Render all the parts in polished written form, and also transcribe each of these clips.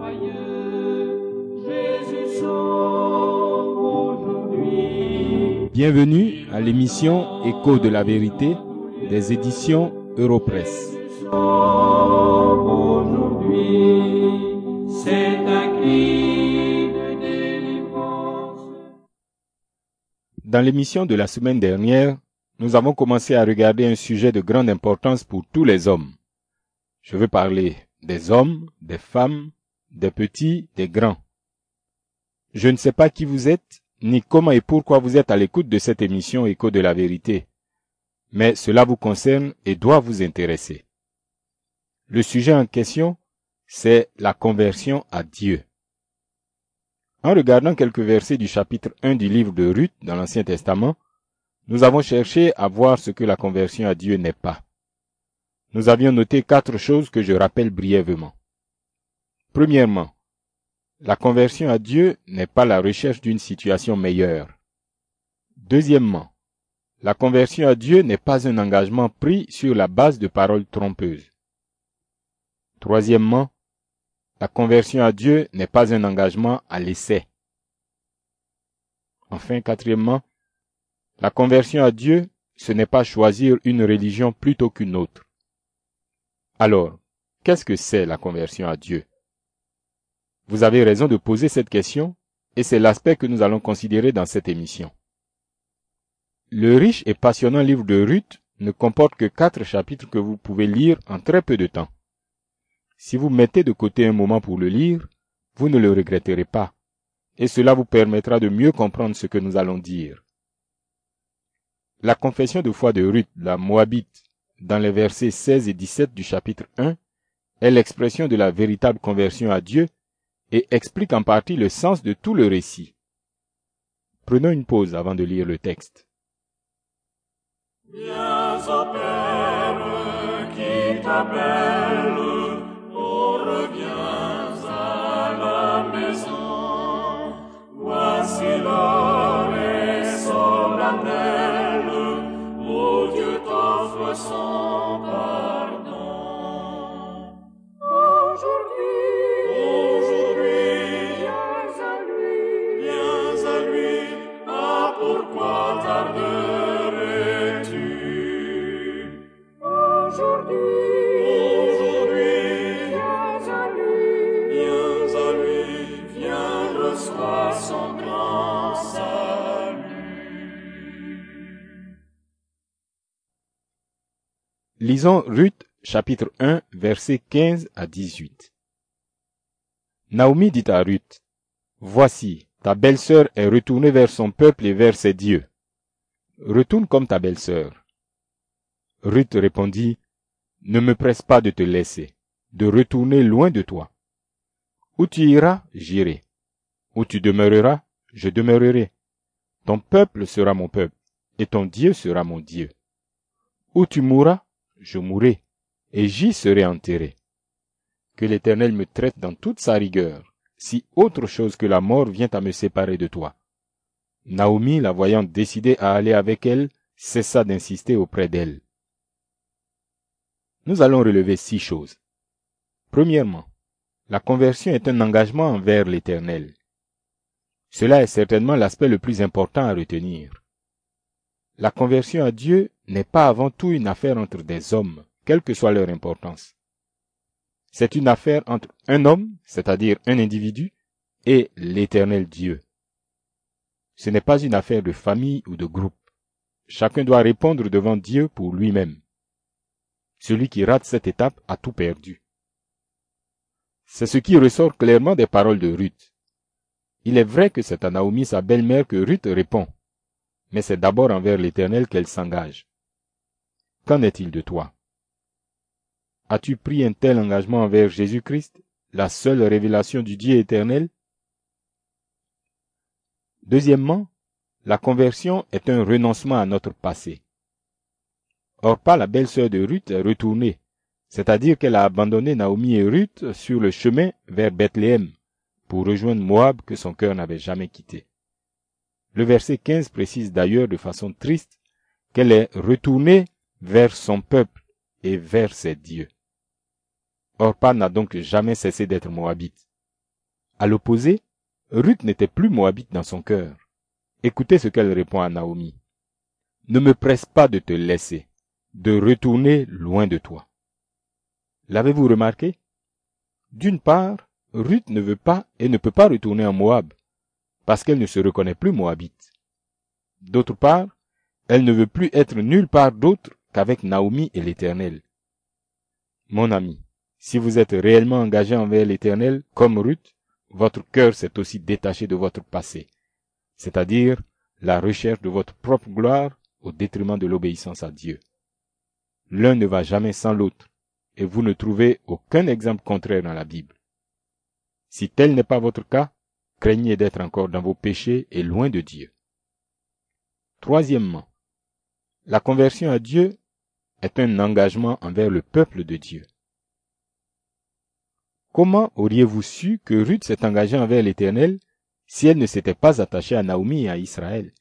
Bienvenue à l'émission Écho de la vérité des éditions Europresse. C'est un cri de délivrance. Dans l'émission de la semaine dernière, nous avons commencé à regarder un sujet de grande importance pour tous les hommes. Je veux parler des hommes, des femmes, des petits, des grands. Je ne sais pas qui vous êtes, ni comment et pourquoi vous êtes à l'écoute de cette émission Écho de la vérité. Mais cela vous concerne et doit vous intéresser. Le sujet en question, c'est la conversion à Dieu. En regardant quelques versets du chapitre 1 du livre de Ruth dans l'Ancien Testament, nous avons cherché à voir ce que la conversion à Dieu n'est pas. Nous avions noté 4 choses que je rappelle brièvement. Premièrement, la conversion à Dieu n'est pas la recherche d'une situation meilleure. Deuxièmement, la conversion à Dieu n'est pas un engagement pris sur la base de paroles trompeuses. Troisièmement, la conversion à Dieu n'est pas un engagement à l'essai. Enfin, quatrièmement, la conversion à Dieu, ce n'est pas choisir une religion plutôt qu'une autre. Alors, qu'est-ce que c'est la conversion à Dieu? Vous avez raison de poser cette question, et c'est l'aspect que nous allons considérer dans cette émission. Le riche et passionnant livre de Ruth ne comporte que 4 chapitres que vous pouvez lire en très peu de temps. Si vous mettez de côté un moment pour le lire, vous ne le regretterez pas, et cela vous permettra de mieux comprendre ce que nous allons dire. La confession de foi de Ruth, la Moabite, dans les versets 16 et 17 du chapitre 1, est l'expression de la véritable conversion à Dieu et explique en partie le sens de tout le récit. Prenons une pause avant de lire le texte. Viens au Père qui t'appelle, oh reviens à la maison. Voici l'heure est solennelle, oh Dieu t'offre son pardon. Viens à lui, ah pourquoi tarderais-tu? Viens à lui, viens, reçois son grand salut. Lisons Ruth, chapitre 1, versets 15 à 18. Naomi dit à Ruth, « Voici, ta belle-sœur est retournée vers son peuple et vers ses dieux. Retourne comme ta belle-sœur. » Ruth répondit, « Ne me presse pas de te laisser, de retourner loin de toi. Où tu iras, j'irai. Où tu demeureras, je demeurerai. Ton peuple sera mon peuple, et ton Dieu sera mon Dieu. Où tu mourras, je mourrai, et j'y serai enterré. Que l'Éternel me traite dans toute sa rigueur, si autre chose que la mort vient à me séparer de toi. » Naomi, la voyant décidée à aller avec elle, cessa d'insister auprès d'elle. Nous allons relever 6 choses. Premièrement, la conversion est un engagement envers l'Éternel. Cela est certainement l'aspect le plus important à retenir. La conversion à Dieu n'est pas avant tout une affaire entre des hommes, quelle que soit leur importance. C'est une affaire entre un homme, c'est-à-dire un individu, et l'Éternel Dieu. Ce n'est pas une affaire de famille ou de groupe. Chacun doit répondre devant Dieu pour lui-même. Celui qui rate cette étape a tout perdu. C'est ce qui ressort clairement des paroles de Ruth. Il est vrai que c'est à Naomi, sa belle-mère, que Ruth répond, mais c'est d'abord envers l'Éternel qu'elle s'engage. Qu'en est-il de toi? As-tu pris un tel engagement envers Jésus-Christ, la seule révélation du Dieu éternel? Deuxièmement, la conversion est un renoncement à notre passé. Orpa, la belle-sœur de Ruth, est retournée, c'est-à-dire qu'elle a abandonné Naomi et Ruth sur le chemin vers Bethléem pour rejoindre Moab que son cœur n'avait jamais quitté. Le verset 15 précise d'ailleurs de façon triste qu'elle est retournée vers son peuple et vers ses dieux. Orpa n'a donc jamais cessé d'être moabite. À l'opposé, Ruth n'était plus moabite dans son cœur. Écoutez ce qu'elle répond à Naomi. « Ne me presse pas de te laisser, de retourner loin de toi. » L'avez-vous remarqué? D'une part, Ruth ne veut pas et ne peut pas retourner en Moab, parce qu'elle ne se reconnaît plus moabite. D'autre part, elle ne veut plus être nulle part d'autre qu'avec Naomi et l'Éternel. Mon ami, si vous êtes réellement engagé envers l'Éternel, comme Ruth, votre cœur s'est aussi détaché de votre passé, c'est-à-dire la recherche de votre propre gloire au détriment de l'obéissance à Dieu. L'un ne va jamais sans l'autre, et vous ne trouvez aucun exemple contraire dans la Bible. Si tel n'est pas votre cas, craignez d'être encore dans vos péchés et loin de Dieu. Troisièmement, la conversion à Dieu est un engagement envers le peuple de Dieu. Comment auriez-vous su que Ruth s'est engagée envers l'Éternel si elle ne s'était pas attachée à Naomi et à Israël?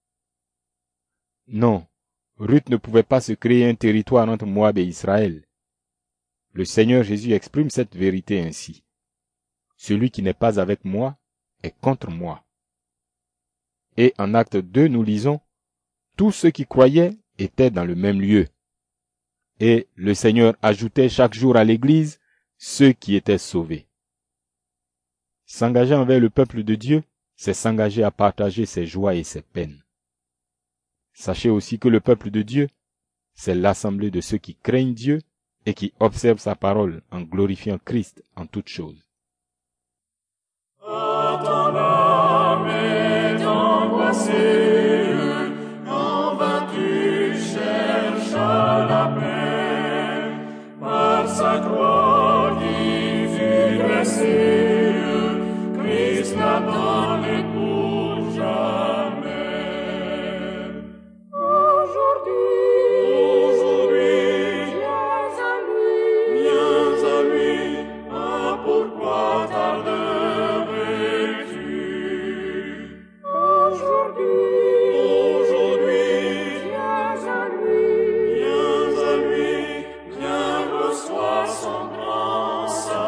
Non, Ruth ne pouvait pas se créer un territoire entre Moab et Israël. Le Seigneur Jésus exprime cette vérité ainsi. Celui qui n'est pas avec moi est contre moi. Et en Acte 2, nous lisons, tous ceux qui croyaient étaient dans le même lieu. Et le Seigneur ajoutait chaque jour à l'Église ceux qui étaient sauvés. S'engager envers le peuple de Dieu, c'est s'engager à partager ses joies et ses peines. Sachez aussi que le peuple de Dieu, c'est l'assemblée de ceux qui craignent Dieu et qui observent sa parole en glorifiant Christ en toutes choses. Ton âme est angoissée, en vain tu cherches la paix, par sa croix qui fut dressée, Christ n'abandonne pour jamais. Viens à lui, ah pourquoi tarderais-tu? Aujourd'hui, viens à lui, viens reçois son grand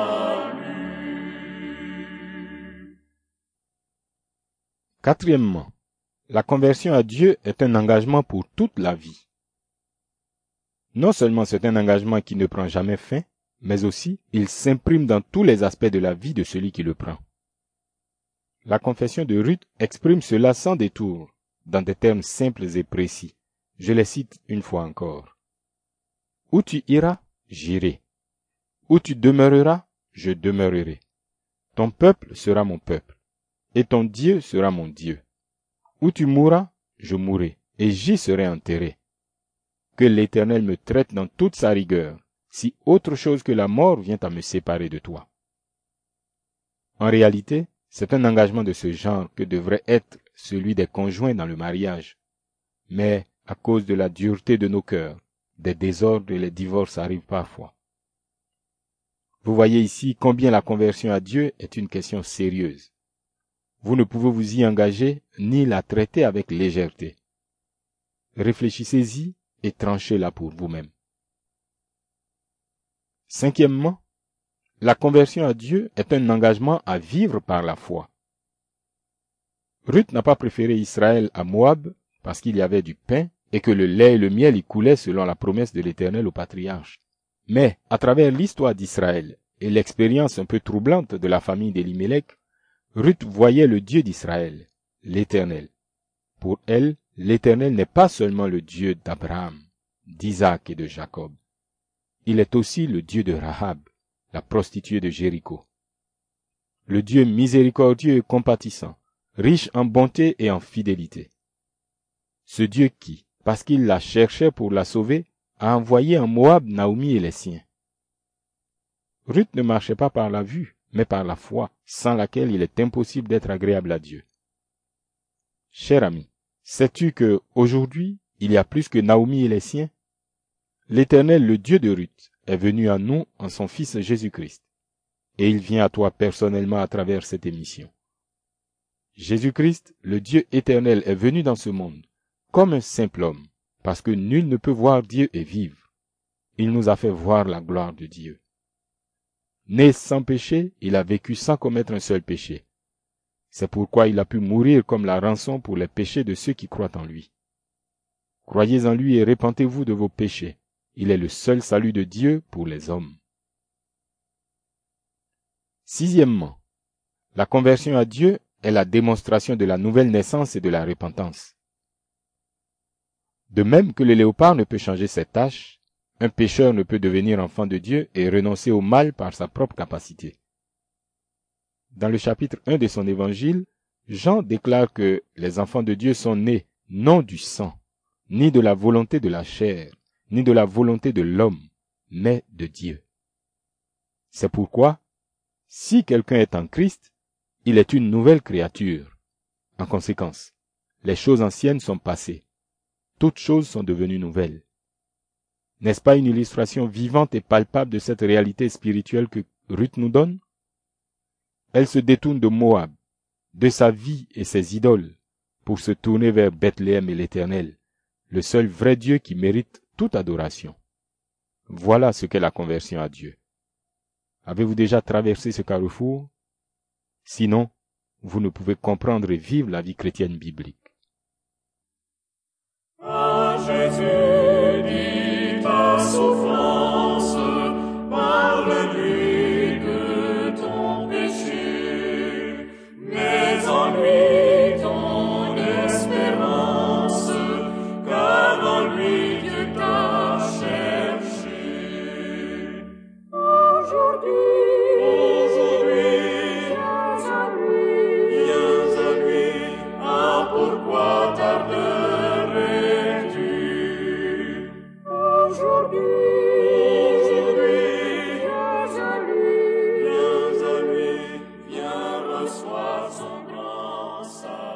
salut. Quatrièmement, la conversion à Dieu est un engagement pour toute la vie. Non seulement c'est un engagement qui ne prend jamais fin, mais aussi il s'imprime dans tous les aspects de la vie de celui qui le prend. La confession de Ruth exprime cela sans détour, dans des termes simples et précis. Je les cite une fois encore. Où tu iras, j'irai. Où tu demeureras, je demeurerai. Ton peuple sera mon peuple, et ton Dieu sera mon Dieu. Où tu mourras, je mourrai, et j'y serai enterré. Que l'Éternel me traite dans toute sa rigueur, si autre chose que la mort vient à me séparer de toi. En réalité, c'est un engagement de ce genre que devrait être celui des conjoints dans le mariage. Mais, à cause de la dureté de nos cœurs, des désordres et les divorces arrivent parfois. Vous voyez ici combien la conversion à Dieu est une question sérieuse. Vous ne pouvez vous y engager ni la traiter avec légèreté. Réfléchissez-y et tranchez-la pour vous-même. Cinquièmement, la conversion à Dieu est un engagement à vivre par la foi. Ruth n'a pas préféré Israël à Moab parce qu'il y avait du pain et que le lait et le miel y coulaient selon la promesse de l'Éternel au patriarche. Mais, à travers l'histoire d'Israël et l'expérience un peu troublante de la famille d'Elimelech, Ruth voyait le Dieu d'Israël, l'Éternel. Pour elle, l'Éternel n'est pas seulement le Dieu d'Abraham, d'Isaac et de Jacob. Il est aussi le Dieu de Rahab, la prostituée de Jéricho. Le Dieu miséricordieux et compatissant, riche en bonté et en fidélité. Ce Dieu qui, parce qu'il la cherchait pour la sauver, a envoyé en Moab Naomi et les siens. Ruth ne marchait pas par la vue, mais par la foi, sans laquelle il est impossible d'être agréable à Dieu. Cher ami, sais-tu que, aujourd'hui, il y a plus que Naomi et les siens? L'Éternel, le Dieu de Ruth, est venu à nous en son Fils Jésus-Christ, et il vient à toi personnellement à travers cette émission. Jésus-Christ, le Dieu éternel, est venu dans ce monde, comme un simple homme, parce que nul ne peut voir Dieu et vivre. Il nous a fait voir la gloire de Dieu. Né sans péché, il a vécu sans commettre un seul péché. C'est pourquoi il a pu mourir comme la rançon pour les péchés de ceux qui croient en lui. Croyez en lui et repentez-vous de vos péchés. Il est le seul salut de Dieu pour les hommes. Sixièmement, la conversion à Dieu est la démonstration de la nouvelle naissance et de la repentance. De même que le léopard ne peut changer ses taches, un pécheur ne peut devenir enfant de Dieu et renoncer au mal par sa propre capacité. Dans le chapitre 1 de son évangile, Jean déclare que les enfants de Dieu sont nés non du sang, ni de la volonté de la chair, ni de la volonté de l'homme, mais de Dieu. C'est pourquoi, si quelqu'un est en Christ, il est une nouvelle créature. En conséquence, les choses anciennes sont passées. Toutes choses sont devenues nouvelles. N'est-ce pas une illustration vivante et palpable de cette réalité spirituelle que Ruth nous donne? Elle se détourne de Moab, de sa vie et ses idoles, pour se tourner vers Bethléem et l'Éternel, le seul vrai Dieu qui mérite toute adoration. Voilà ce qu'est la conversion à Dieu. Avez-vous déjà traversé ce carrefour? Sinon, vous ne pouvez comprendre et vivre la vie chrétienne biblique. À Jésus, dis ta souffrance, parle-lui de ton péché, mais en lui ton espérance, car en lui Dieu t'a cherché. Aujourd'hui, viens à lui, ah pourquoi tarderais-tu? Aujourd'hui, viens à lui, viens reçois son grand salut.